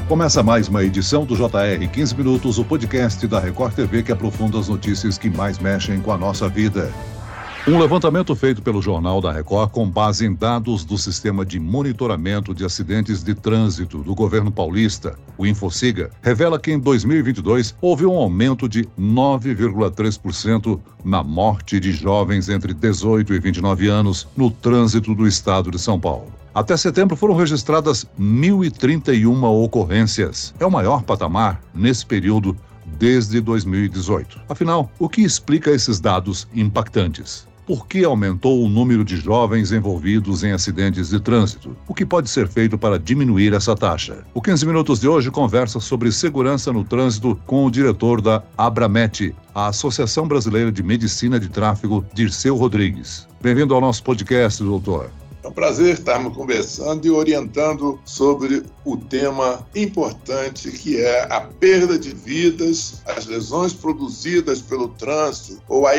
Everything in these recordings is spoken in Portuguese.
Começa mais uma edição do JR 15 Minutos, o podcast da Record TV que aprofunda as notícias que mais mexem com a nossa vida. Um levantamento feito pelo Jornal da Record com base em dados do Sistema de Monitoramento de Acidentes de Trânsito do governo paulista, o Infociga, revela que em 2022 houve um aumento de 9,3% na morte de jovens entre 18 e 29 anos no trânsito do estado de São Paulo. Até setembro foram registradas 1.031 ocorrências. É o maior patamar nesse período desde 2018. Afinal, o que explica esses dados impactantes? Por que aumentou o número de jovens envolvidos em acidentes de trânsito? O que pode ser feito para diminuir essa taxa? O 15 Minutos de hoje conversa sobre segurança no trânsito com o diretor da Abramet, a Associação Brasileira de Medicina de Tráfego, Dirceu Rodrigues. Bem-vindo ao nosso podcast, doutor. É um prazer estarmos conversando e orientando sobre o tema importante que é a perda de vidas, as lesões produzidas pelo trânsito ou a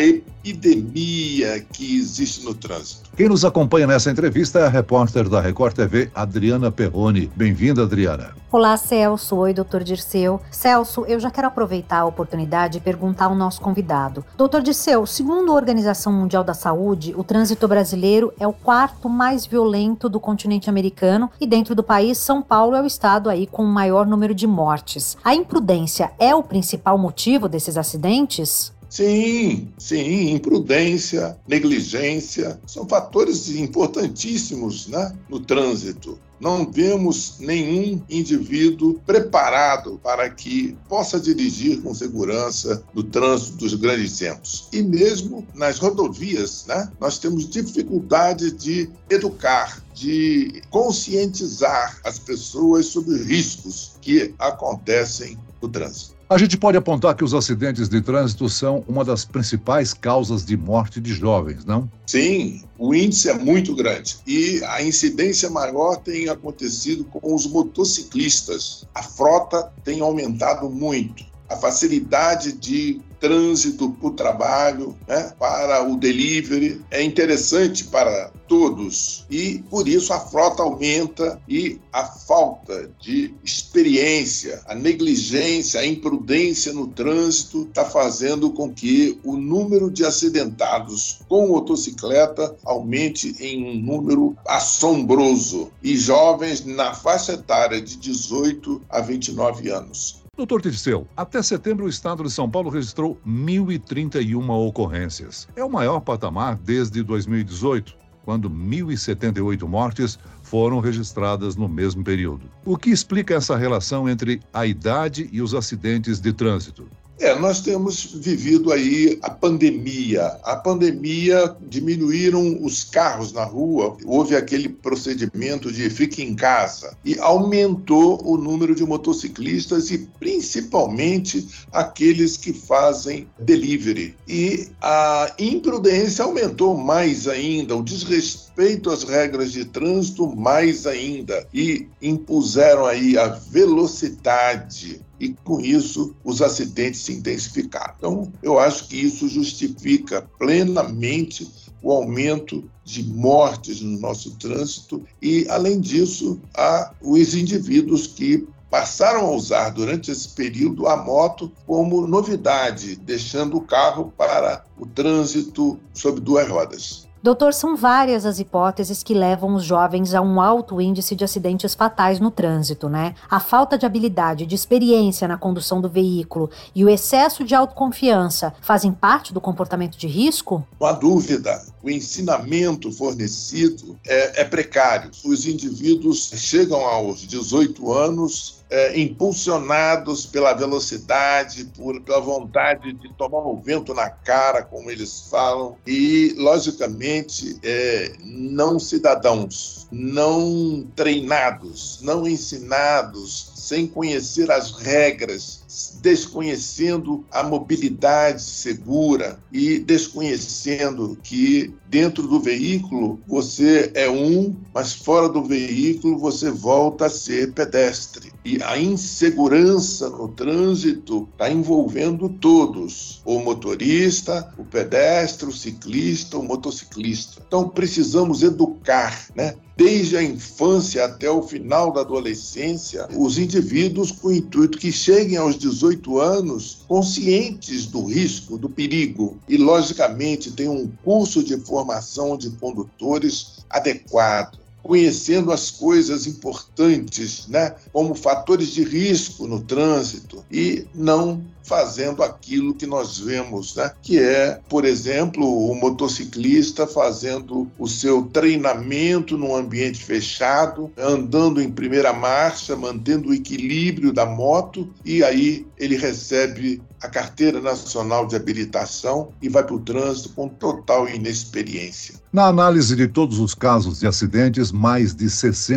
epidemia que existe no trânsito. Quem nos acompanha nessa entrevista é a repórter da Record TV, Adriana Perrone. Bem-vinda, Adriana. Olá, Celso. Oi, doutor Dirceu. Celso, eu já quero aproveitar a oportunidade e perguntar ao nosso convidado. Doutor Dirceu, segundo a Organização Mundial da Saúde, o trânsito brasileiro é o quarto mais violento do continente americano e dentro do país, São Paulo é o estado aí com o maior número de mortes. A imprudência é o principal motivo desses acidentes? Sim, imprudência, negligência, são fatores importantíssimos, no trânsito. Não vemos nenhum indivíduo preparado para que possa dirigir com segurança no trânsito dos grandes centros. E mesmo nas rodovias, nós temos dificuldade de educar, de conscientizar as pessoas sobre riscos que acontecem no trânsito. A gente pode apontar que os acidentes de trânsito são uma das principais causas de morte de jovens, não? Sim, o índice é muito grande e a incidência maior tem acontecido com os motociclistas. A frota tem aumentado muito. A facilidade de trânsito para o trabalho, para o delivery, é interessante para todos e, por isso, a frota aumenta e a falta de experiência, a negligência, a imprudência no trânsito está fazendo com que o número de acidentados com motocicleta aumente em um número assombroso e jovens na faixa etária de 18 a 29 anos. Doutor Dirceu, até setembro o estado de São Paulo registrou 1.031 ocorrências. É o maior patamar desde 2018, quando 1.078 mortes foram registradas no mesmo período. O que explica essa relação entre a idade e os acidentes de trânsito? Nós temos vivido aí a pandemia. A pandemia diminuíram os carros na rua, houve aquele procedimento de fique em casa e aumentou o número de motociclistas e principalmente aqueles que fazem delivery. E a imprudência aumentou mais ainda, o desrespeito às regras de trânsito mais ainda e impuseram aí a velocidade. E, com isso, os acidentes se intensificaram. Então, eu acho que isso justifica plenamente o aumento de mortes no nosso trânsito e, além disso, há os indivíduos que passaram a usar durante esse período a moto como novidade, deixando o carro para o trânsito sobre duas rodas. Doutor, são várias as hipóteses que levam os jovens a um alto índice de acidentes fatais no trânsito, A falta de habilidade, de experiência na condução do veículo e o excesso de autoconfiança fazem parte do comportamento de risco? Não há dúvida. O ensinamento fornecido é precário. Os indivíduos chegam aos 18 anos impulsionados pela velocidade, pela vontade de tomar um vento na cara, como eles falam, e, logicamente, não cidadãos, não treinados, não ensinados, sem conhecer as regras, desconhecendo a mobilidade segura e desconhecendo que dentro do veículo você é mas fora do veículo você volta a ser pedestre. E a insegurança no trânsito está envolvendo todos, o motorista, o pedestre, o ciclista, o motociclista. Então precisamos educar, desde a infância até o final da adolescência, os indivíduos com o intuito que cheguem aos 18 anos conscientes do risco, do perigo, e, logicamente, tenham um curso de formação de condutores adequado, conhecendo as coisas importantes, como fatores de risco no trânsito, e não fazendo aquilo que nós vemos, que é, por exemplo, o motociclista fazendo o seu treinamento num ambiente fechado, andando em primeira marcha, mantendo o equilíbrio da moto, e aí ele recebe a Carteira Nacional de Habilitação e vai para o trânsito com total inexperiência. Na análise de todos os casos de acidentes, mais de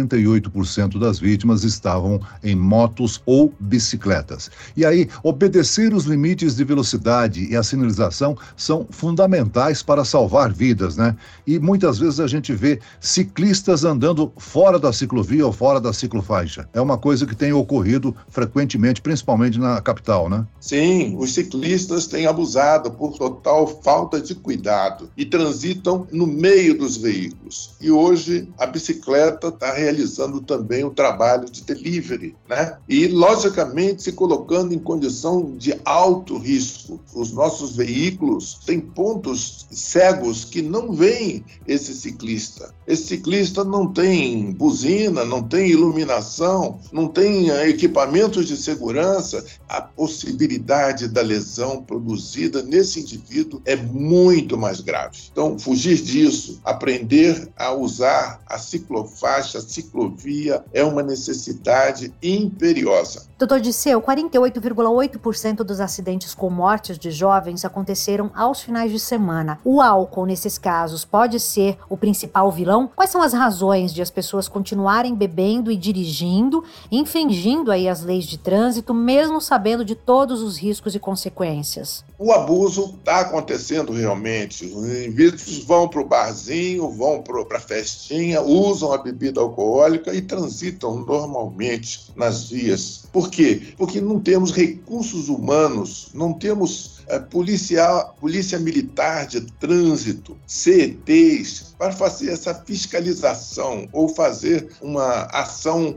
68% das vítimas estavam em motos ou bicicletas. E aí, obedecer os limites de velocidade e a sinalização são fundamentais para salvar vidas, E muitas vezes a gente vê ciclistas andando fora da ciclovia ou fora da ciclofaixa. É uma coisa que tem ocorrido frequentemente, principalmente na capital, Sim, os ciclistas têm abusado por total falta de cuidado e transitam no meio dos veículos. E hoje a bicicleta está realizando também o trabalho de delivery, E, logicamente, se colocando em condição de alto risco. Os nossos veículos têm pontos cegos que não veem esse ciclista. Esse ciclista não tem buzina, não tem iluminação, não tem equipamentos de segurança. A possibilidade da lesão produzida nesse indivíduo é muito mais grave. Então, fugir disso, aprender a usar a ciclofaixa, a ciclovia, é uma necessidade imperiosa. Dr. Dirceu, 48,8% dos acidentes com mortes de jovens aconteceram aos finais de semana. O álcool, nesses casos, pode ser o principal vilão? Quais são as razões de as pessoas continuarem bebendo e dirigindo, infringindo aí as leis de trânsito, mesmo sabendo de todos os riscos e consequências? O abuso está acontecendo realmente. Os indivíduos vão para o barzinho, vão para a festinha, usam a bebida alcoólica e transitam normalmente nas vias. Por quê? Porque não temos recursos humanos, não temos polícia militar de trânsito, CETs, para fazer essa fiscalização ou fazer uma ação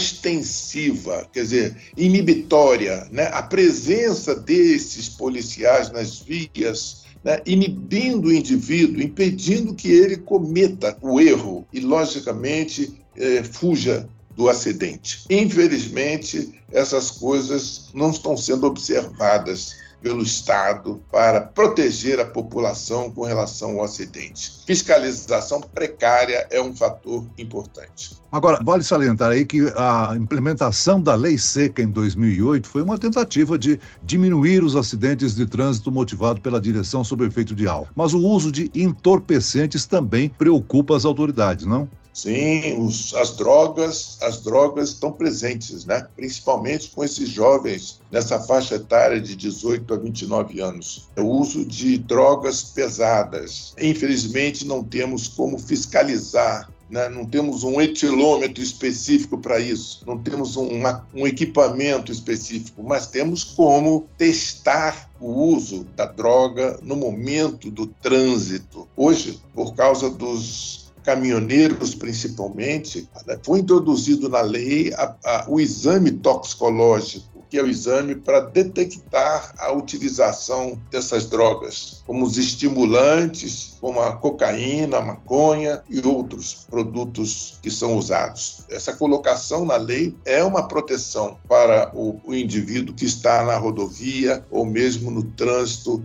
ostensiva, quer dizer, inibitória, A presença desses policiais nas vias, inibindo o indivíduo, impedindo que ele cometa o erro e, logicamente, fuja do acidente. Infelizmente, essas coisas não estão sendo observadas pelo Estado para proteger a população com relação ao acidente. Fiscalização precária é um fator importante. Agora, vale salientar aí que a implementação da Lei Seca em 2008 foi uma tentativa de diminuir os acidentes de trânsito motivado pela direção sob efeito de álcool. Mas o uso de entorpecentes também preocupa as autoridades, não? Sim, as drogas estão presentes, Principalmente com esses jovens nessa faixa etária de 18 a 29 anos. O uso de drogas pesadas. Infelizmente, não temos como fiscalizar, não temos um etilômetro específico para isso, não temos um equipamento específico, mas temos como testar o uso da droga no momento do trânsito. Hoje, por causa dos caminhoneiros principalmente, foi introduzido na lei o exame toxicológico, que é o exame para detectar a utilização dessas drogas, como os estimulantes, como a cocaína, a maconha e outros produtos que são usados. Essa colocação na lei é uma proteção para o indivíduo que está na rodovia ou mesmo no trânsito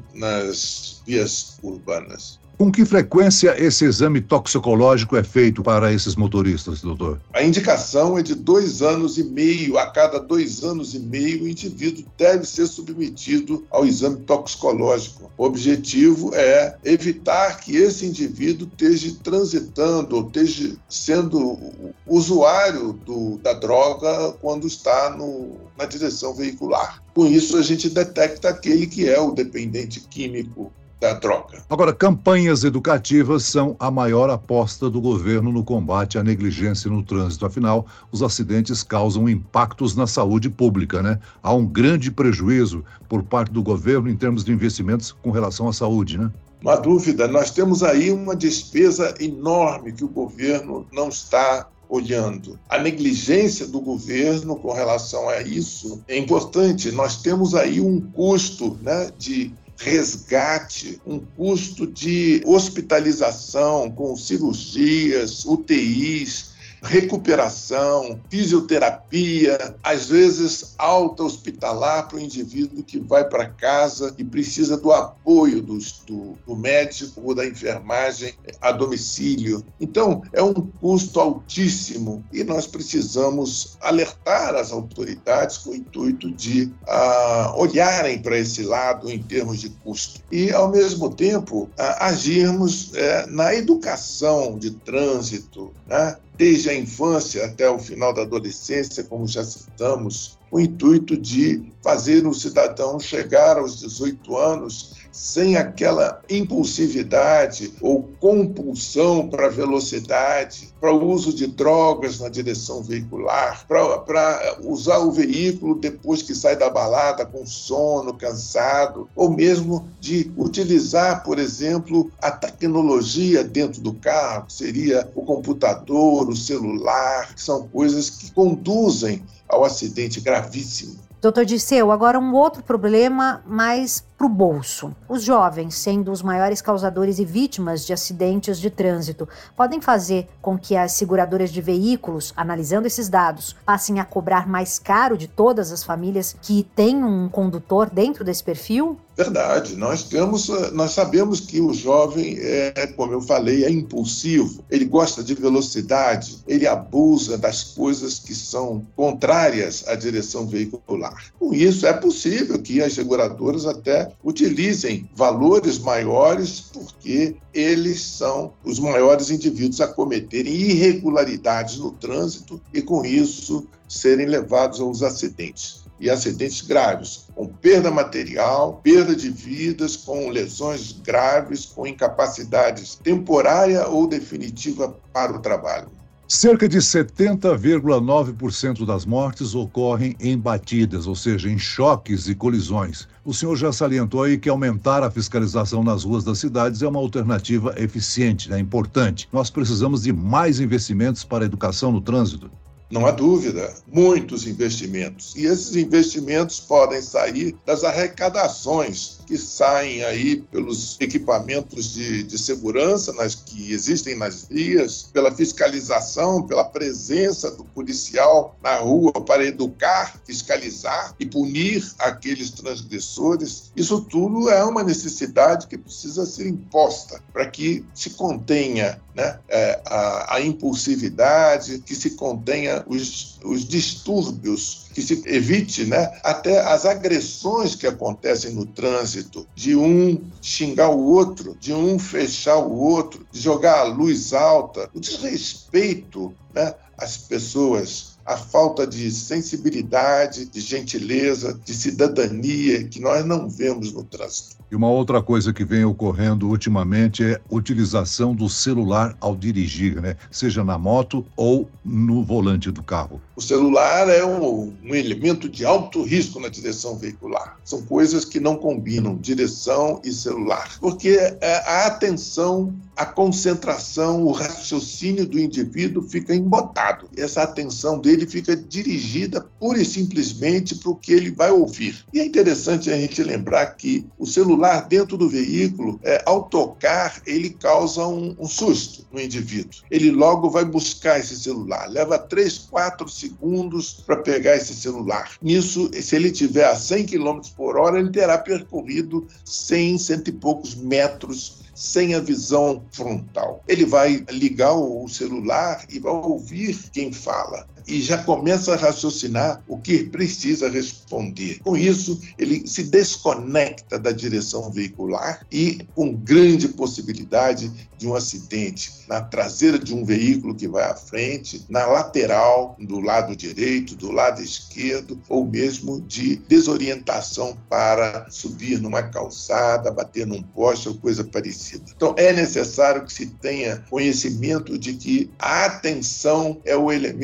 nas vias urbanas. Com que frequência esse exame toxicológico é feito para esses motoristas, doutor? A indicação é de 2 anos e meio. A cada 2 anos e meio, o indivíduo deve ser submetido ao exame toxicológico. O objetivo é evitar que esse indivíduo esteja transitando ou esteja sendo usuário da droga quando está na direção veicular. Com isso, a gente detecta aquele que é o dependente químico da droga. Agora, campanhas educativas são a maior aposta do governo no combate à negligência no trânsito. Afinal, os acidentes causam impactos na saúde pública, Há um grande prejuízo por parte do governo em termos de investimentos com relação à saúde, Não há dúvida, nós temos aí uma despesa enorme que o governo não está olhando. A negligência do governo com relação a isso é importante. Nós temos aí um custo, de resgate, um custo de hospitalização com cirurgias, UTIs, recuperação, fisioterapia, às vezes alta hospitalar para o indivíduo que vai para casa e precisa do apoio do médico ou da enfermagem a domicílio. Então, é um custo altíssimo e nós precisamos alertar as autoridades com o intuito de olharem para esse lado em termos de custo. E, ao mesmo tempo, agirmos na educação de trânsito, desde a infância até o final da adolescência, como já citamos, o intuito de fazer o cidadão chegar aos 18 anos sem aquela impulsividade ou compulsão para a velocidade, para o uso de drogas na direção veicular, para usar o veículo depois que sai da balada com sono, cansado, ou mesmo de utilizar, por exemplo, a tecnologia dentro do carro, que seria o computador, o celular, que são coisas que conduzem ao acidente gravíssimo. Doutor Dirceu, agora um outro problema mais para o bolso. Os jovens, sendo os maiores causadores e vítimas de acidentes de trânsito, podem fazer com que as seguradoras de veículos, analisando esses dados, passem a cobrar mais caro de todas as famílias que têm um condutor dentro desse perfil? Verdade, nós sabemos que o jovem, como eu falei, é impulsivo, ele gosta de velocidade, ele abusa das coisas que são contrárias à direção veicular. Com isso, é possível que as seguradoras até utilizem valores maiores, porque eles são os maiores indivíduos a cometerem irregularidades no trânsito e, com isso, serem levados aos acidentes. E acidentes graves, com perda material, perda de vidas, com lesões graves, com incapacidades temporária ou definitiva para o trabalho. Cerca de 70,9% das mortes ocorrem em batidas, ou seja, em choques e colisões. O senhor já salientou aí que aumentar a fiscalização nas ruas das cidades é uma alternativa eficiente, importante. Nós precisamos de mais investimentos para a educação no trânsito. Não há dúvida, muitos investimentos. E esses investimentos podem sair das arrecadações que saem aí pelos equipamentos de segurança que existem nas vias, pela fiscalização, pela presença do policial na rua para educar, fiscalizar e punir aqueles transgressores. Isso tudo é uma necessidade que precisa ser imposta para que se contenha a impulsividade, que se contenha os distúrbios, que se evite até as agressões que acontecem no trânsito, de um xingar o outro, de um fechar o outro, de jogar a luz alta, o desrespeito às pessoas, a falta de sensibilidade, de gentileza, de cidadania que nós não vemos no trânsito. E uma outra coisa que vem ocorrendo ultimamente é a utilização do celular ao dirigir, seja na moto ou no volante do carro. O celular é um elemento de alto risco na direção veicular. São coisas que não combinam, direção e celular. Porque a atenção, a concentração, o raciocínio do indivíduo fica embotado. E essa atenção dele fica dirigida pura e simplesmente para o que ele vai ouvir. E é interessante a gente lembrar que o celular dentro do veículo, ao tocar, ele causa um susto no indivíduo. Ele logo vai buscar esse celular. Leva 3, 4 segundos para pegar esse celular. Nisso, se ele estiver a 100 km por hora, ele terá percorrido 100 e poucos metros sem a visão frontal. Ele vai ligar o celular e vai ouvir quem fala. E já começa a raciocinar o que precisa responder. Com isso, ele se desconecta da direção veicular e com grande possibilidade de um acidente na traseira de um veículo que vai à frente, na lateral, do lado direito, do lado esquerdo, ou mesmo de desorientação para subir numa calçada, bater num poste ou coisa parecida. Então, é necessário que se tenha conhecimento de que a atenção é o elemento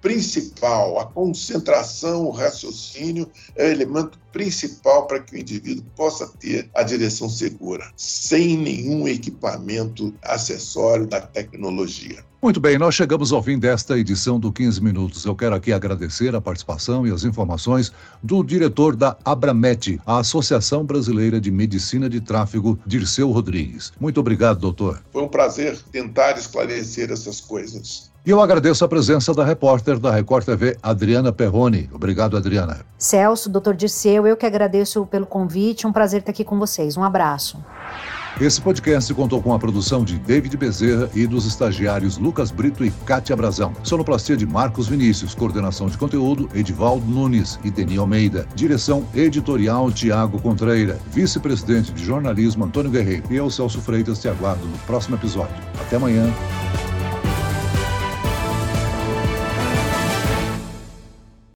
principal, a concentração, o raciocínio é o elemento principal para que o indivíduo possa ter a direção segura, sem nenhum equipamento acessório da tecnologia. Muito bem, nós chegamos ao fim desta edição do 15 Minutos. Eu quero aqui agradecer a participação e as informações do diretor da Abramet, a Associação Brasileira de Medicina de Tráfego, Dirceu Rodrigues. Muito obrigado, doutor. Foi um prazer tentar esclarecer essas coisas. E eu agradeço a presença da repórter da Record TV, Adriana Perrone. Obrigado, Adriana. Celso, doutor Dirceu, eu que agradeço pelo convite. Um prazer estar aqui com vocês. Um abraço. Esse podcast contou com a produção de David Bezerra e dos estagiários Lucas Brito e Kátia Brazão. Sonoplastia de Marcos Vinícius, coordenação de conteúdo Edivaldo Nunes e Deni Almeida. Direção editorial Tiago Contreira. Vice-presidente de jornalismo Antônio Guerreiro. E eu, Celso Freitas, te aguardo no próximo episódio. Até amanhã.